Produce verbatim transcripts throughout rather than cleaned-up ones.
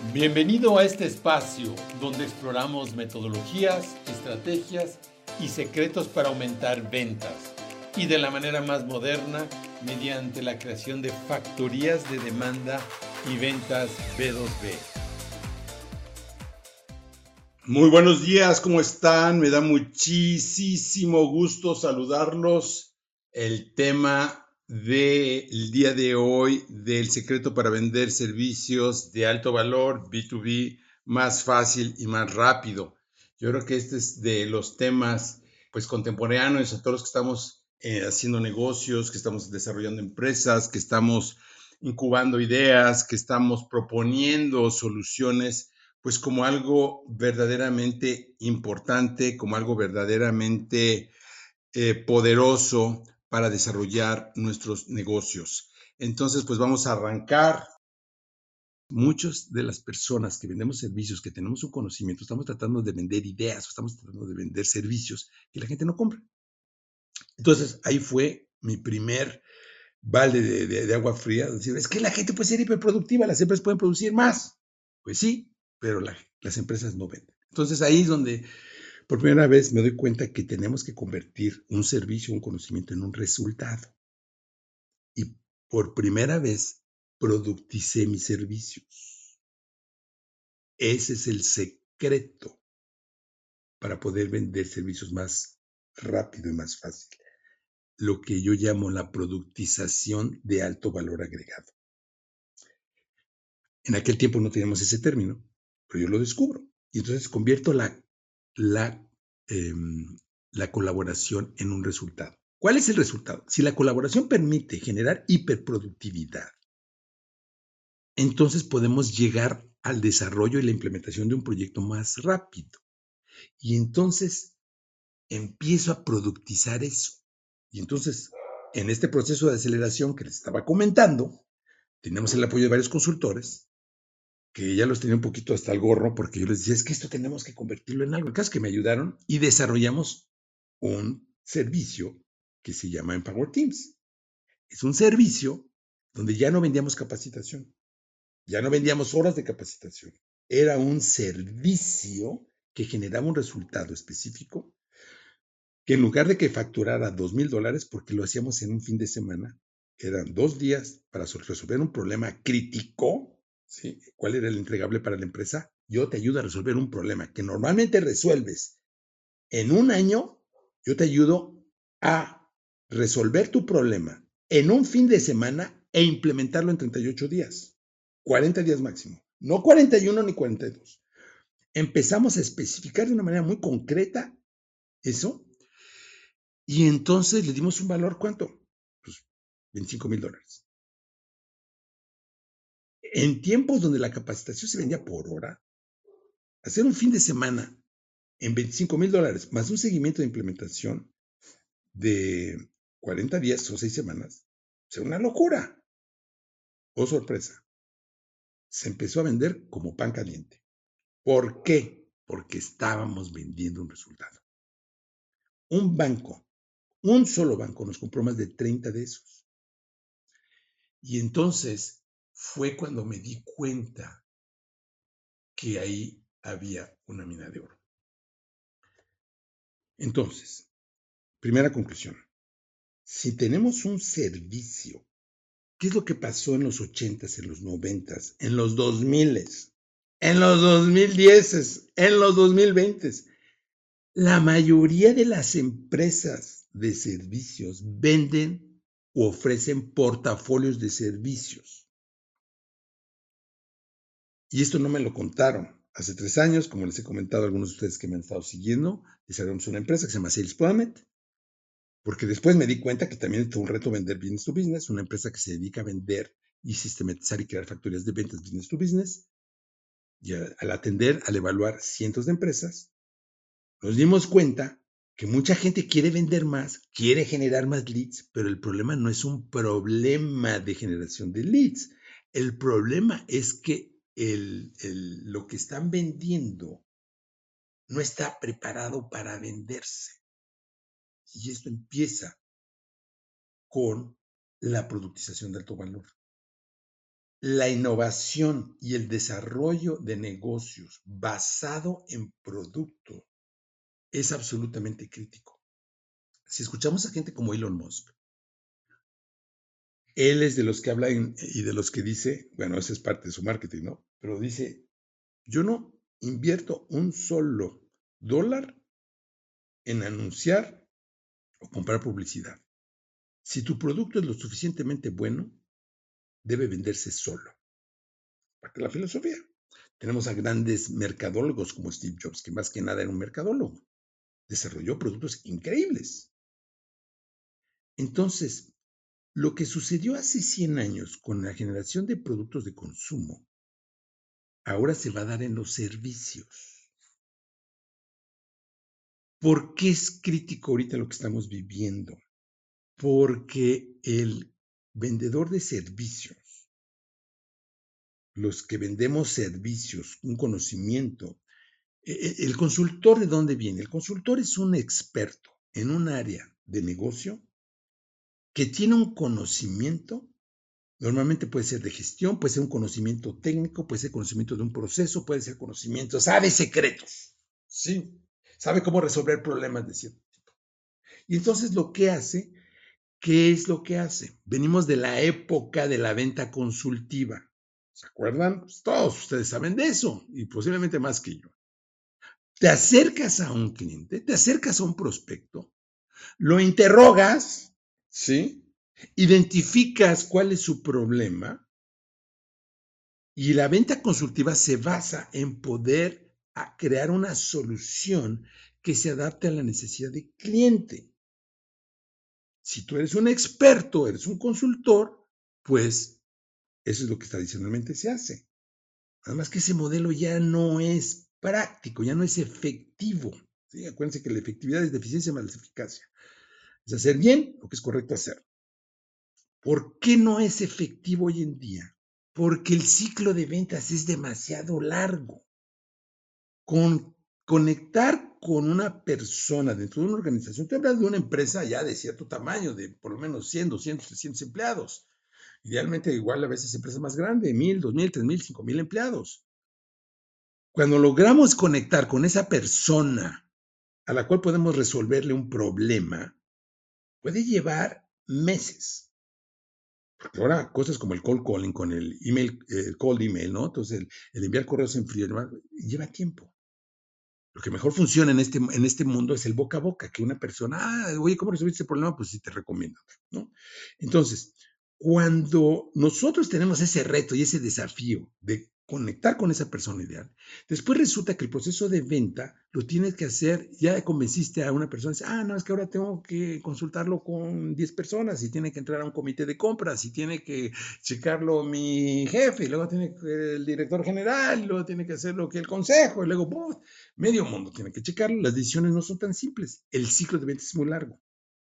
Bienvenido a este espacio donde exploramos metodologías, estrategias y secretos para aumentar ventas y de la manera más moderna mediante la creación de factorías de demanda y ventas B dos B. Muy buenos días, ¿cómo están? Me da muchísimo gusto saludarlos. El tema del día de hoy del secreto para vender servicios de alto valor, B dos B, más fácil y más rápido. Yo creo que este es de los temas pues contemporáneos a todos los que estamos eh, haciendo negocios, que estamos desarrollando empresas, que estamos incubando ideas, que estamos proponiendo soluciones pues como algo verdaderamente importante, como algo verdaderamente eh, poderoso para desarrollar nuestros negocios. Entonces, pues vamos a arrancar. Muchas de las personas que vendemos servicios, que tenemos un conocimiento, estamos tratando de vender ideas, estamos tratando de vender servicios que la gente no compra. Entonces, ahí fue mi primer balde de, de, de agua fría. Decir, es que la gente puede ser hiperproductiva, las empresas pueden producir más. Pues sí, pero la, las empresas no venden. Entonces ahí es donde por primera vez me doy cuenta que tenemos que convertir un servicio, un conocimiento en un resultado. Y por primera vez producticé mis servicios. Ese es el secreto para poder vender servicios más rápido y más fácil. Lo que yo llamo la productización de alto valor agregado. En aquel tiempo no teníamos ese término, pero yo lo descubro. Y entonces convierto la, la, eh, la colaboración en un resultado. ¿Cuál es el resultado? Si la colaboración permite generar hiperproductividad, entonces podemos llegar al desarrollo y la implementación de un proyecto más rápido. Y entonces empiezo a productizar eso. Y entonces, en este proceso de aceleración que les estaba comentando, tenemos el apoyo de varios consultores, que ya los tenía un poquito hasta el gorro, porque yo les decía, es que esto tenemos que convertirlo en algo. El caso es que me ayudaron y desarrollamos un servicio que se llama Empower Teams. Es un servicio donde ya no vendíamos capacitación, ya no vendíamos horas de capacitación. Era un servicio que generaba un resultado específico que en lugar de que facturara dos mil dólares, porque lo hacíamos en un fin de semana, eran dos días para resolver un problema crítico. ¿Sí? ¿Cuál era el entregable para la empresa? Yo te ayudo a resolver un problema que normalmente resuelves en un año. Yo te ayudo a resolver tu problema en un fin de semana e implementarlo en treinta y ocho días, cuarenta días máximo, no cuarenta y uno ni cuarenta y dos. Empezamos a especificar de una manera muy concreta eso y entonces le dimos un valor, ¿cuánto? Pues veinticinco mil dólares. En tiempos donde la capacitación se vendía por hora, hacer un fin de semana en veinticinco mil dólares, más un seguimiento de implementación de cuarenta días o seis semanas, es una locura. Oh, sorpresa. Se empezó a vender como pan caliente. ¿Por qué? Porque estábamos vendiendo un resultado. Un banco, un solo banco nos compró más de treinta de esos. Y entonces fue cuando me di cuenta que ahí había una mina de oro. Entonces, primera conclusión, si tenemos un servicio, ¿qué es lo que pasó en los ochentas, en los noventas, en los dos miles, en los dos mil diez, en los dos mil veinte? La mayoría de las empresas de servicios venden u ofrecen portafolios de servicios. Y esto no me lo contaron. Hace tres años, como les he comentado a algunos de ustedes que me han estado siguiendo, desarrollamos una empresa que se llama Sales Planet, porque después me di cuenta que también es un reto vender business to business, una empresa que se dedica a vender y sistematizar y crear factorías de ventas business to business. Y al atender, al evaluar cientos de empresas, nos dimos cuenta que mucha gente quiere vender más, quiere generar más leads, pero el problema no es un problema de generación de leads. El problema es que el, el, lo que están vendiendo no está preparado para venderse. Y esto empieza con la productización de alto valor. la innovación y el desarrollo de negocios basado en producto es absolutamente crítico. Si escuchamos a gente como Elon Musk, él es de los que habla en- y de los que dice, bueno, esa es parte de su marketing, ¿no? Pero dice, yo no invierto un solo dólar en anunciar o comprar publicidad. Si tu producto es lo suficientemente bueno, debe venderse solo. Parte de la filosofía. Tenemos a grandes mercadólogos como Steve Jobs, que más que nada era un mercadólogo. Desarrolló productos increíbles. Entonces, lo que sucedió hace cien años con la generación de productos de consumo, ahora se va a dar en los servicios. ¿Por qué es crítico ahorita lo que estamos viviendo? Porque el vendedor de servicios, los que vendemos servicios, un conocimiento, e- e- el consultor, ¿de dónde viene? El consultor es un experto en un área de negocio que tiene un conocimiento. Normalmente puede ser de gestión, puede ser un conocimiento técnico, puede ser conocimiento de un proceso, puede ser conocimiento, sabe secretos, ¿sí? Sabe cómo resolver problemas de cierto tipo. Y entonces lo que hace, ¿qué es lo que hace? Venimos de la época de la venta consultiva. ¿Se acuerdan? Pues todos ustedes saben de eso y posiblemente más que yo. Te acercas a un cliente, te acercas a un prospecto, lo interrogas, ¿sí? Identificas cuál es su problema. Y la venta consultiva se basa en poder a crear una solución que se adapte a la necesidad del cliente. Si tú eres un experto, eres un consultor, pues eso es lo que tradicionalmente se hace. Nada más que ese modelo ya no es práctico, ya no es efectivo. ¿Sí? Acuérdense que la efectividad es la eficiencia más la eficacia. Es hacer bien lo que es correcto hacer. ¿Por qué no es efectivo hoy en día? Porque el ciclo de ventas es demasiado largo. Con conectar con una persona dentro de una organización, estoy hablando de una empresa ya de cierto tamaño, de por lo menos cien, doscientos, trescientos empleados. Idealmente igual a veces empresas más grandes, mil, dos mil, tres mil, cinco mil empleados. Cuando logramos conectar con esa persona a la cual podemos resolverle un problema, puede llevar meses. Porque ahora cosas como el cold calling con el email, el cold email, ¿no? Entonces el, el enviar correos en frío lleva tiempo. Lo que mejor funciona en este, en este mundo es el boca a boca, que una persona, ah, oye, ¿cómo resolviste ese problema? Pues sí, te recomiendo, ¿no? Entonces, cuando nosotros tenemos ese reto y ese desafío de conectar con esa persona ideal, después resulta que el proceso de venta lo tienes que hacer, ya convenciste a una persona, dice, ah, no, es que ahora tengo que consultarlo con diez personas y tiene que entrar a un comité de compras y tiene que checarlo mi jefe, y luego tiene que el director general, y luego tiene que hacerlo que el consejo, y luego, ¡pum! Medio mundo tiene que checarlo, las decisiones no son tan simples, el ciclo de ventas es muy largo.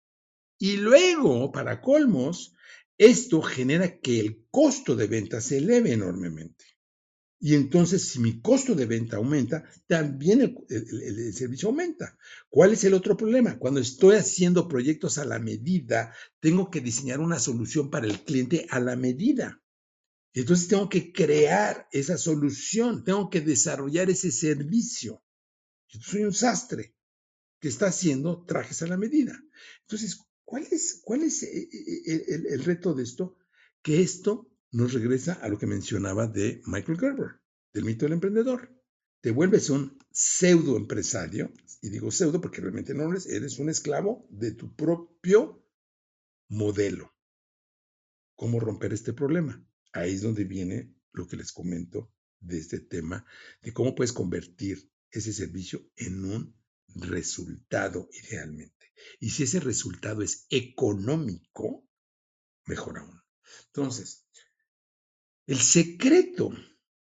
Y luego, para colmos, esto genera que el costo de venta se eleve enormemente. Y entonces, si mi costo de venta aumenta, también el, el, el, servicio aumenta. ¿Cuál es el otro problema? Cuando estoy haciendo proyectos a la medida, tengo que diseñar una solución para el cliente a la medida. Entonces tengo que crear esa solución, tengo que desarrollar ese servicio. Yo soy un sastre que está haciendo trajes a la medida. Entonces, ¿cuál es, cuál es el, el, el reto de esto? Que esto nos regresa a lo que mencionaba de Michael Gerber, del mito del emprendedor. Te vuelves un pseudo empresario, y digo pseudo porque realmente no eres, eres un esclavo de tu propio modelo. ¿Cómo romper este problema? Ahí es donde viene lo que les comento de este tema, de cómo puedes convertir ese servicio en un resultado idealmente. Y si ese resultado es económico, mejor aún. Entonces, el secreto,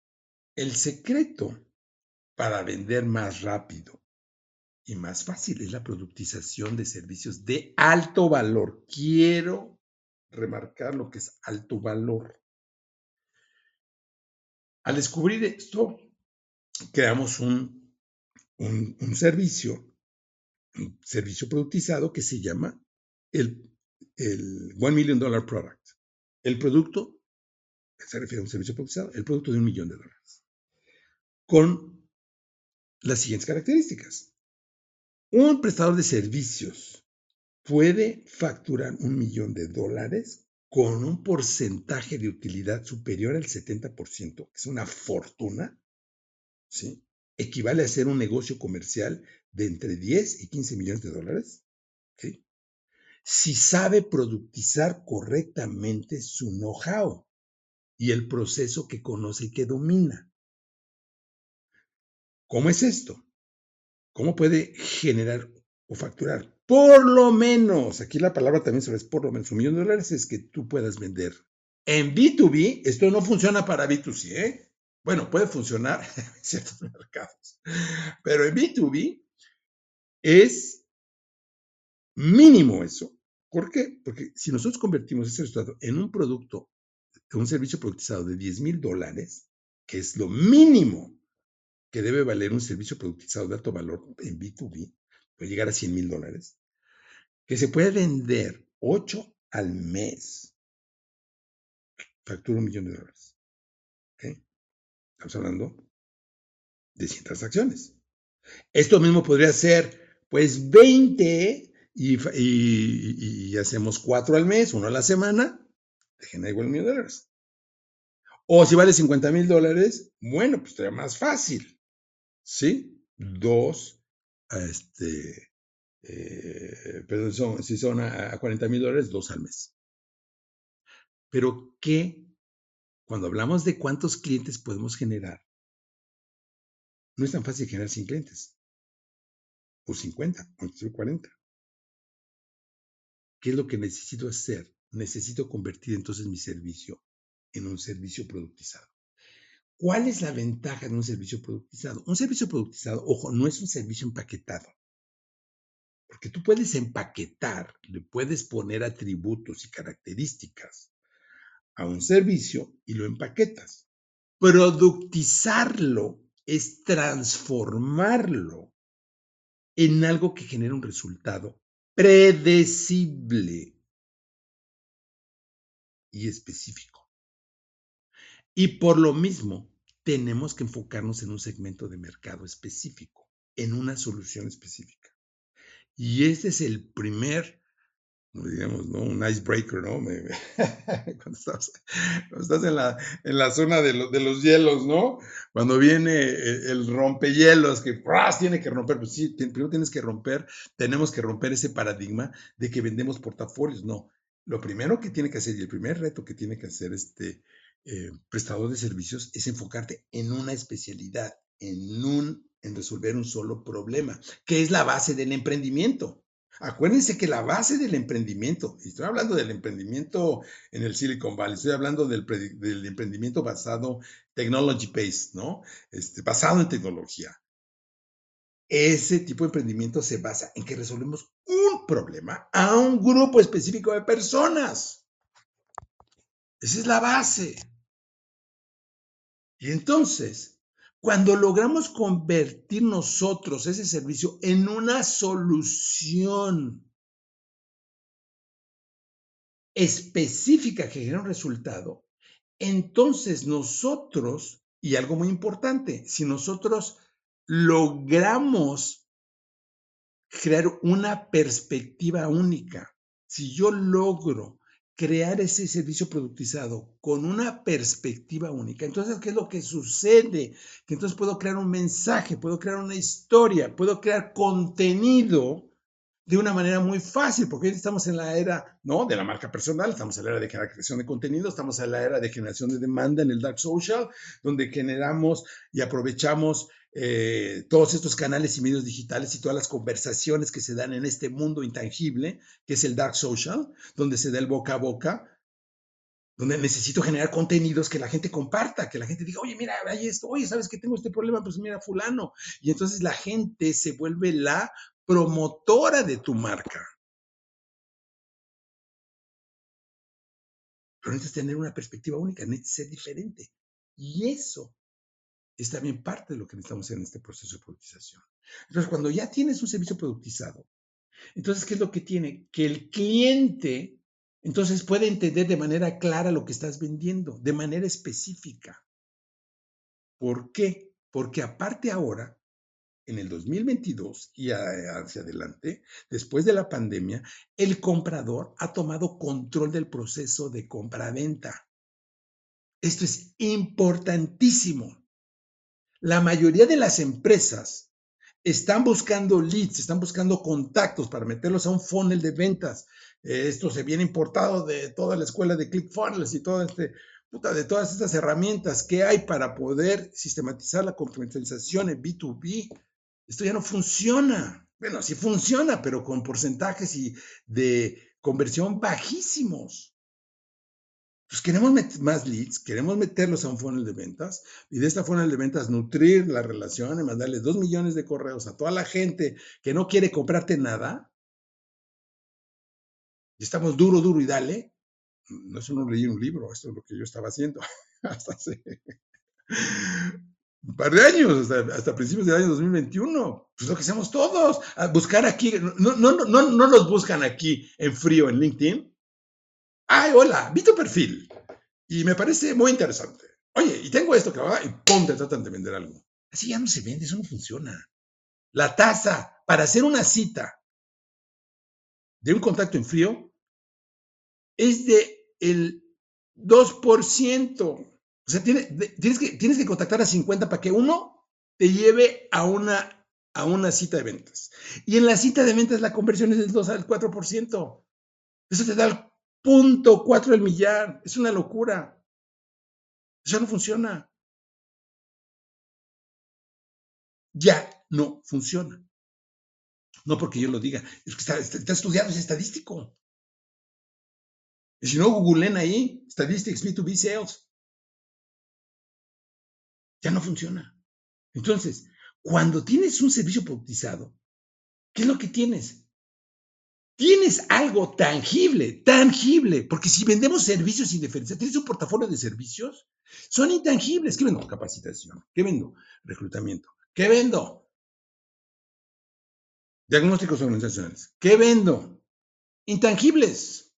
el secreto para vender más rápido y más fácil es la productización de servicios de alto valor. Quiero remarcar lo que es alto valor. Al descubrir esto, creamos un, un, un servicio, un servicio productizado que se llama el, el One Million Dollar Product. El producto se refiere a un servicio productizado, el producto de un millón de dólares, con las siguientes características. Un prestador de servicios puede facturar un millón de dólares con un porcentaje de utilidad superior al setenta por ciento, que es una fortuna, ¿sí? Equivale a ser un negocio comercial de entre diez y quince millones de dólares, ¿sí? Si sabe productizar correctamente su know-how y el proceso que conoce y que domina. ¿Cómo es esto? ¿Cómo puede generar o facturar? Por lo menos, aquí la palabra también sobre es por lo menos un millón de dólares es que tú puedas vender. En B dos B, esto no funciona para B dos C, ¿eh? Bueno, puede funcionar en ciertos mercados, pero en B dos B es mínimo eso. ¿Por qué? Porque si nosotros convertimos ese resultado en un producto, en un servicio productizado de diez mil dólares, que es lo mínimo que debe valer un servicio productizado de alto valor en B dos B, puede llegar a cien mil dólares, que se puede vender ocho al mes, factura un millón de dólares. ¿Okay? Estamos hablando de cien transacciones. Esto mismo podría ser, pues, veinte y, y, y hacemos cuatro al mes, uno a la semana, te genera igual un millón de dólares. O si vale cincuenta mil dólares, bueno, pues estaría más fácil, ¿sí? Dos, este, eh, perdón, son, si son a, a cuarenta mil dólares, dos al mes. Pero, ¿qué? Cuando hablamos de cuántos clientes podemos generar, no es tan fácil generar cien clientes, o cincuenta, o cuarenta. ¿Qué es lo que necesito hacer? Necesito convertir entonces mi servicio en un servicio productizado. ¿Cuál es la ventaja de un servicio productizado? Un servicio productizado, ojo, no es un servicio empaquetado. Porque tú puedes empaquetar, le puedes poner atributos y características a un servicio y lo empaquetas. Productizarlo es transformarlo en algo que genera un resultado predecible y específico. Y por lo mismo, tenemos que enfocarnos en un segmento de mercado específico, en una solución específica. Y este es el primer, digamos, ¿no? Un icebreaker, ¿no? Me, me, cuando estás, cuando estás en, la, en la zona de, lo, de los hielos, ¿no? Cuando viene el, el rompehielos, que ¡pras! Tiene que romper, pues sí, primero tienes que romper, tenemos que romper ese paradigma de que vendemos portafolios, no. Lo primero que tiene que hacer y el primer reto que tiene que hacer este eh, prestador de servicios es enfocarte en una especialidad, en, un, en resolver un solo problema, que es la base del emprendimiento. Acuérdense que la base del emprendimiento, y estoy hablando del emprendimiento en el Silicon Valley, estoy hablando del, del emprendimiento basado, technology based, ¿no? Este, basado en tecnología. Ese tipo de emprendimiento se basa en que resolvemos un problema a un grupo específico de personas. Esa es la base. Y entonces, cuando logramos convertir nosotros ese servicio en una solución específica que genera un resultado, entonces nosotros, y algo muy importante, si nosotros logramos crear una perspectiva única, si yo logro crear ese servicio productizado con una perspectiva única, entonces, ¿qué es lo que sucede? Que entonces puedo crear un mensaje, puedo crear una historia, puedo crear contenido de una manera muy fácil, porque hoy estamos en la era, ¿no?, de la marca personal, estamos en la era de creación de contenido, estamos en la era de generación de demanda en el dark social, donde generamos y aprovechamos eh, todos estos canales y medios digitales y todas las conversaciones que se dan en este mundo intangible, que es el dark social, donde se da el boca a boca, donde necesito generar contenidos que la gente comparta, que la gente diga, oye, mira, hay esto, oye, ¿sabes que tengo este problema? Pues mira, fulano. Y entonces la gente se vuelve la promotora de tu marca. Pero necesitas tener una perspectiva única, necesitas ser diferente. Y eso es también parte de lo que necesitamos hacer en este proceso de productización. Entonces, cuando ya tienes un servicio productizado, entonces, ¿qué es lo que tiene? Que el cliente Entonces puede entender de manera clara lo que estás vendiendo, de manera específica. ¿Por qué? Porque aparte ahora, en el dos mil veintidós y hacia adelante, después de la pandemia, el comprador ha tomado control del proceso de compra-venta. Esto es importantísimo. La mayoría de las empresas están buscando leads, están buscando contactos para meterlos a un funnel de ventas. Eh, esto se viene importado de toda la escuela de ClickFunnels y todo este, puta, de todas estas herramientas que hay para poder sistematizar la comercialización en B dos B. Esto ya no funciona. Bueno, sí funciona, pero con porcentajes y de conversión bajísimos. Pues queremos más leads, queremos meterlos a un funnel de ventas y de esta funnel de ventas nutrir la relación y mandarles dos millones de correos a toda la gente que no quiere comprarte nada. Y estamos duro, duro y dale. No, eso no leí un libro, esto es lo que yo estaba haciendo hasta hace un par de años, hasta, hasta principios del año dos mil veintiuno. Pues lo que hacemos todos, a buscar aquí, no, no, no, no, no los buscan aquí en frío en LinkedIn. Ay, hola, vi tu perfil y me parece muy interesante. Oye, y tengo esto que va y pum, te tratan de vender algo. Así ya no se vende, eso no funciona. La tasa para hacer una cita de un contacto en frío es de el dos por ciento. O sea, tienes, tienes, que, tienes que contactar a cincuenta para que uno te lleve a una, a una cita de ventas. Y en la cita de ventas la conversión es del dos al cuatro por ciento. Eso te da el punto cuatro del millar. Es una locura. Eso no funciona. Ya no funciona. No porque yo lo diga, es que está, está, está estudiado, es estadístico. Y si no, googleen ahí, Statistics B dos B Sales. Ya no funciona. Entonces, cuando tienes un servicio productizado, ¿qué es lo que tienes? Tienes algo tangible, tangible, porque si vendemos servicios sin diferencia, tienes un portafolio de servicios, son intangibles. ¿Qué vendo? Capacitación. ¿Qué vendo? Reclutamiento. ¿Qué vendo? Diagnósticos organizacionales. ¿Qué vendo? Intangibles.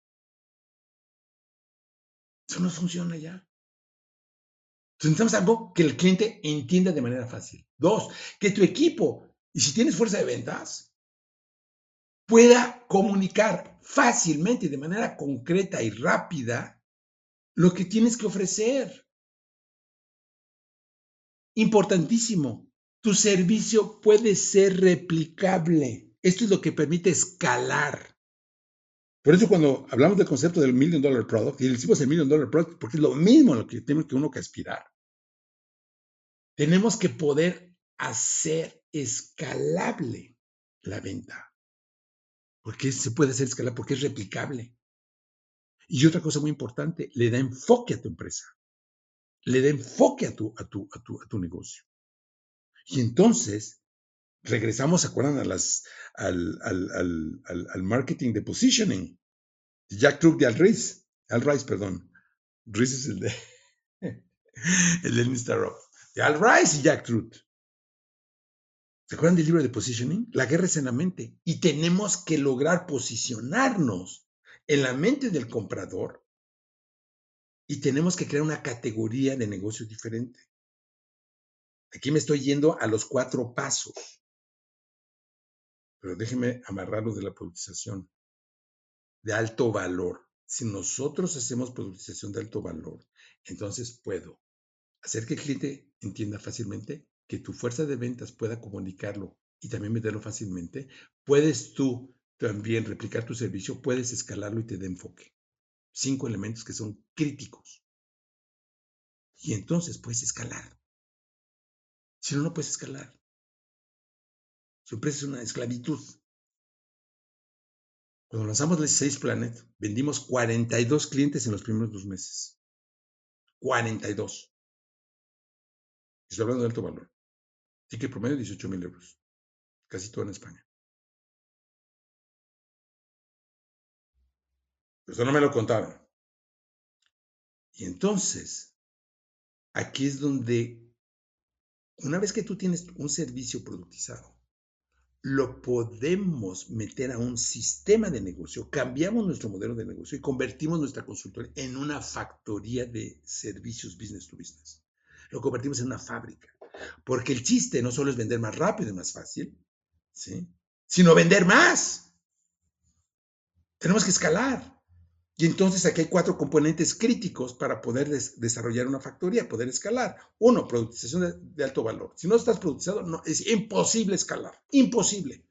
Eso no funciona ya. Entonces necesitamos algo que el cliente entienda de manera fácil. Dos, que tu equipo, y si tienes fuerza de ventas, pueda comunicar fácilmente y de manera concreta y rápida lo que tienes que ofrecer. Importantísimo, tu servicio puede ser replicable. Esto es lo que permite escalar. Por eso cuando hablamos del concepto del Million Dollar Product, y le decimos el Million Dollar Product porque es lo mismo a lo que tiene que uno que aspirar. Tenemos que poder hacer escalable la venta. Porque se puede hacer escalable, porque es replicable. Y otra cosa muy importante, le da enfoque a tu empresa. Le da enfoque a tu, a tu, a tu, a tu negocio. Y entonces, regresamos, ¿se acuerdan? A las, al, al, al, al, al marketing de positioning. Jack Truck de Al Ries. Al Ries, perdón. Ries es el de el de mister Rob. De Al Ries y Jack Truck. ¿Se acuerdan del libro de positioning? La guerra es en la mente. Y tenemos que lograr posicionarnos en la mente del comprador y tenemos que crear una categoría de negocio diferente. Aquí me estoy yendo a los cuatro pasos. Pero déjenme amarrarlo de la productización de alto valor. Si nosotros hacemos productización de alto valor, entonces puedo hacer que el cliente entienda fácilmente, que tu fuerza de ventas pueda comunicarlo y también venderlo fácilmente. Puedes tú también replicar tu servicio, puedes escalarlo y te dé enfoque. Cinco elementos que son críticos. Y entonces puedes escalar. Si no, no puedes escalar. Su empresa es una esclavitud. Cuando lanzamos el seis Planet, vendimos cuarenta y dos clientes en los primeros dos meses. cuarenta y dos. Estoy hablando de alto valor. Ticket promedio dieciocho mil euros. Casi todo en España. Eso no me lo contaron. Y entonces, aquí es donde, una vez que tú tienes un servicio productizado, lo podemos meter a un sistema de negocio, cambiamos nuestro modelo de negocio y convertimos nuestra consultoría en una factoría de servicios business to business. Lo convertimos en una fábrica. Porque el chiste no solo es vender más rápido y más fácil, ¿sí?, sino vender más. Tenemos que escalar. Y entonces aquí hay cuatro componentes críticos para poder des desarrollar una factoría, poder escalar. Uno, productización de, de alto valor. Si no estás productizado, no, es imposible escalar. Imposible.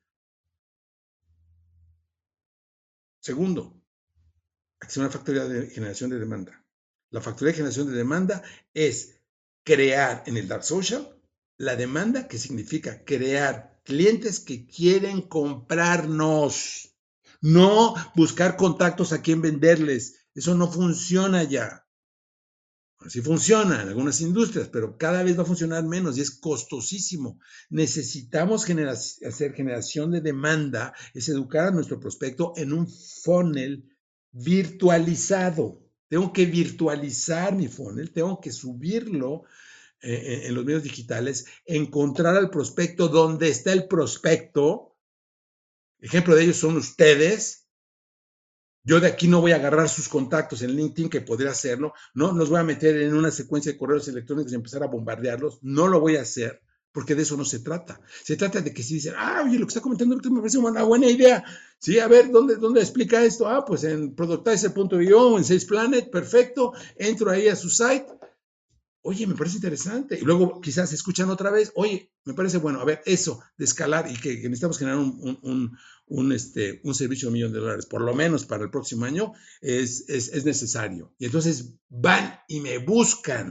Segundo, hacer una factoría de generación de demanda. La factoría de generación de demanda es crear en el Dark Social la demanda, que significa crear clientes que quieren comprarnos. No buscar contactos a quien venderles. Eso no funciona ya. Así funciona en algunas industrias, pero cada vez va a funcionar menos y es costosísimo. Necesitamos genera hacer generación de demanda, es educar a nuestro prospecto en un funnel virtualizado. Tengo que virtualizar mi funnel, tengo que subirlo eh, en los medios digitales, encontrar al prospecto donde está el prospecto. Ejemplo de ellos son ustedes. Yo de aquí no voy a agarrar sus contactos en LinkedIn, que podría hacerlo, no los voy a meter en una secuencia de correos electrónicos y empezar a bombardearlos, no lo voy a hacer, porque de eso no se trata. Se trata de que si dicen, ah, oye, lo que está comentando me parece una buena idea, sí, a ver, ¿dónde, dónde explica esto? Ah, pues en productizer punto i o, en Sales Planet, perfecto, entro ahí a su site, oye, me parece interesante. Y luego quizás escuchan otra vez, oye, me parece bueno, a ver, eso de escalar y que, que necesitamos generar un, un, un, un, este, un servicio de un millón de dólares, por lo menos para el próximo año, es, es, es necesario. Y entonces van y me buscan.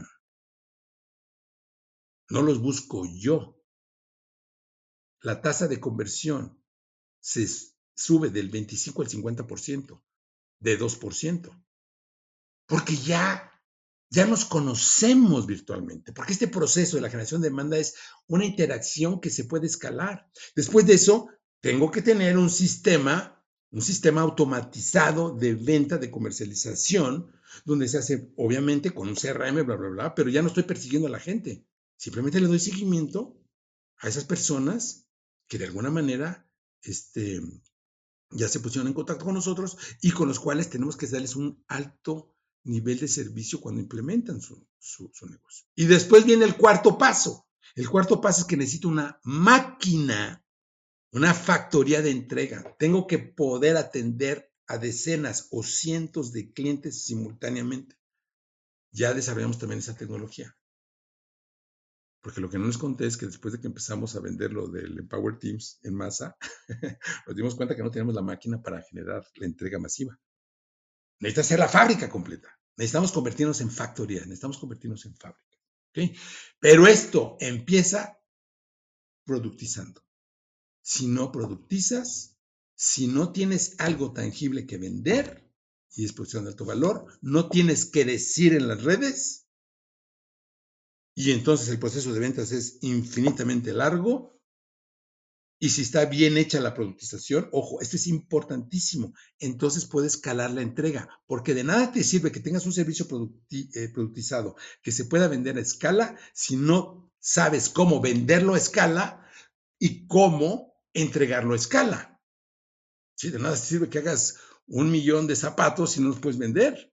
No los busco yo. La tasa de conversión se sube del veinticinco al cincuenta por ciento, de dos por ciento. Porque ya Ya nos conocemos virtualmente, porque este proceso de la generación de demanda es una interacción que se puede escalar. Después de eso, tengo que tener un sistema, un sistema automatizado de venta, de comercialización, donde se hace, obviamente, con un C R M, bla, bla, bla, pero ya no estoy persiguiendo a la gente. Simplemente le doy seguimiento a esas personas que de alguna manera este, ya se pusieron en contacto con nosotros y con los cuales tenemos que darles un alto nivel de servicio cuando implementan su, su, su negocio. Y después viene el cuarto paso. El cuarto paso es que necesito una máquina, una factoría de entrega. Tengo que poder atender a decenas o cientos de clientes simultáneamente. Ya desarrollamos también esa tecnología. Porque lo que no les conté es que después de que empezamos a vender lo del Empower Teams en masa, nos dimos cuenta que no teníamos la máquina para generar la entrega masiva. Necesita ser la fábrica completa. Necesitamos convertirnos en factoría, necesitamos convertirnos en fábrica. ¿Okay? Pero esto empieza productizando. Si no productizas, si no tienes algo tangible que vender, y es producción de alto valor, no tienes que decir en las redes, y entonces el proceso de ventas es infinitamente largo. Y si está bien hecha la productización, ojo, esto es importantísimo, entonces puedes escalar la entrega, porque de nada te sirve que tengas un servicio producti eh, productizado que se pueda vender a escala si no sabes cómo venderlo a escala y cómo entregarlo a escala. ¿Sí? De nada te sirve que hagas un millón de zapatos si no los puedes vender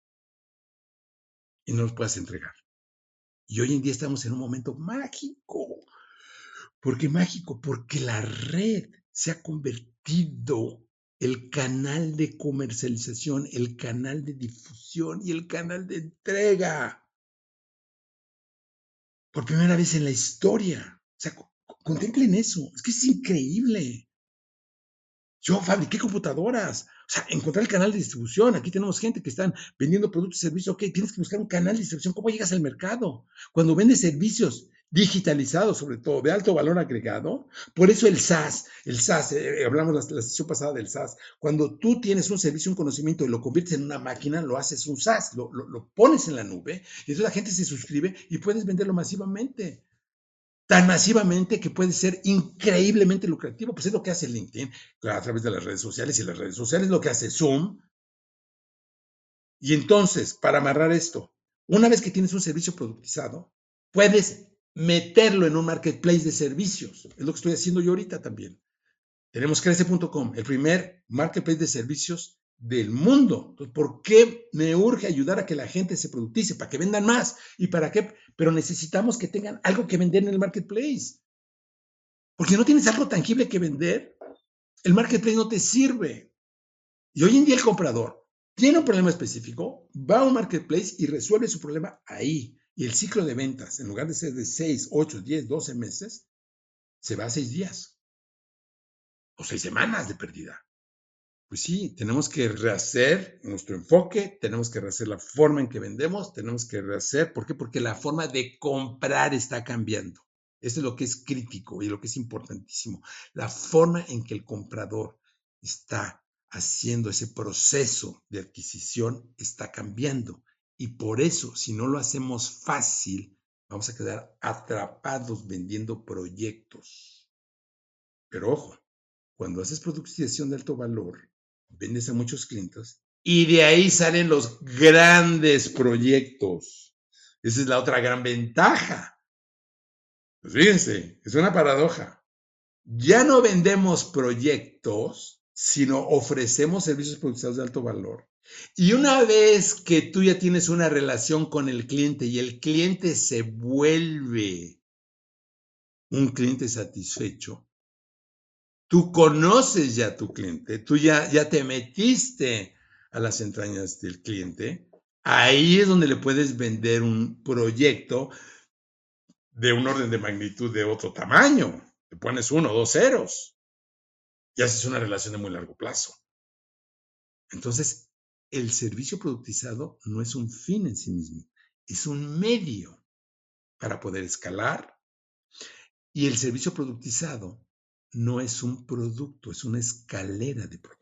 y no los puedes entregar. Y hoy en día estamos en un momento mágico. ¿Por qué mágico? Porque la red se ha convertido el canal de comercialización, el canal de difusión y el canal de entrega. Por primera vez en la historia. O sea, contemplen eso. Es que es increíble. Yo fabriqué computadoras. O sea, encontrar el canal de distribución. Aquí tenemos gente que están vendiendo productos y servicios. Ok, tienes que buscar un canal de distribución. ¿Cómo llegas al mercado? Cuando vendes servicios digitalizados, sobre todo, de alto valor agregado. Por eso el SaaS, el SaaS, eh, hablamos la, la sesión pasada del SaaS. Cuando tú tienes un servicio, un conocimiento y lo conviertes en una máquina, lo haces un SaaS, lo, lo, lo pones en la nube y entonces la gente se suscribe y puedes venderlo masivamente. Tan masivamente que puede ser increíblemente lucrativo. Pues es lo que hace LinkedIn a través de las redes sociales y las redes sociales, lo que hace Zoom. Y entonces, para amarrar esto, una vez que tienes un servicio productizado, puedes meterlo en un marketplace de servicios. Es lo que estoy haciendo yo ahorita también. Tenemos crece punto com, el primer marketplace de servicios del mundo. Entonces, ¿por qué me urge ayudar a que la gente se productice? Para que vendan más. ¿Y para qué? Pero necesitamos que tengan algo que vender en el marketplace. Porque no tienes algo tangible que vender, el marketplace no te sirve. Y hoy en día el comprador tiene un problema específico, va a un marketplace y resuelve su problema ahí. Y el ciclo de ventas, en lugar de ser de seis, ocho, diez, doce meses, se va a seis días o seis semanas de pérdida. Pues sí, tenemos que rehacer nuestro enfoque, tenemos que rehacer la forma en que vendemos, tenemos que rehacer, ¿por qué? Porque la forma de comprar está cambiando. Eso es lo que es crítico y lo que es importantísimo. La forma en que el comprador está haciendo ese proceso de adquisición está cambiando. Y por eso, si no lo hacemos fácil, vamos a quedar atrapados vendiendo proyectos. Pero ojo, cuando haces productización de alto valor, vendes a muchos clientes y de ahí salen los grandes proyectos. Esa es la otra gran ventaja. Pues fíjense, es una paradoja. Ya no vendemos proyectos, sino ofrecemos servicios productizados de alto valor. Y una vez que tú ya tienes una relación con el cliente y el cliente se vuelve un cliente satisfecho, tú conoces ya a tu cliente, tú ya, ya te metiste a las entrañas del cliente, ahí es donde le puedes vender un proyecto de un orden de magnitud de otro tamaño. Le pones uno o dos ceros y haces una relación de muy largo plazo. Entonces, el servicio productizado no es un fin en sí mismo, es un medio para poder escalar. Y el servicio productizado no es un producto, es una escalera de producto.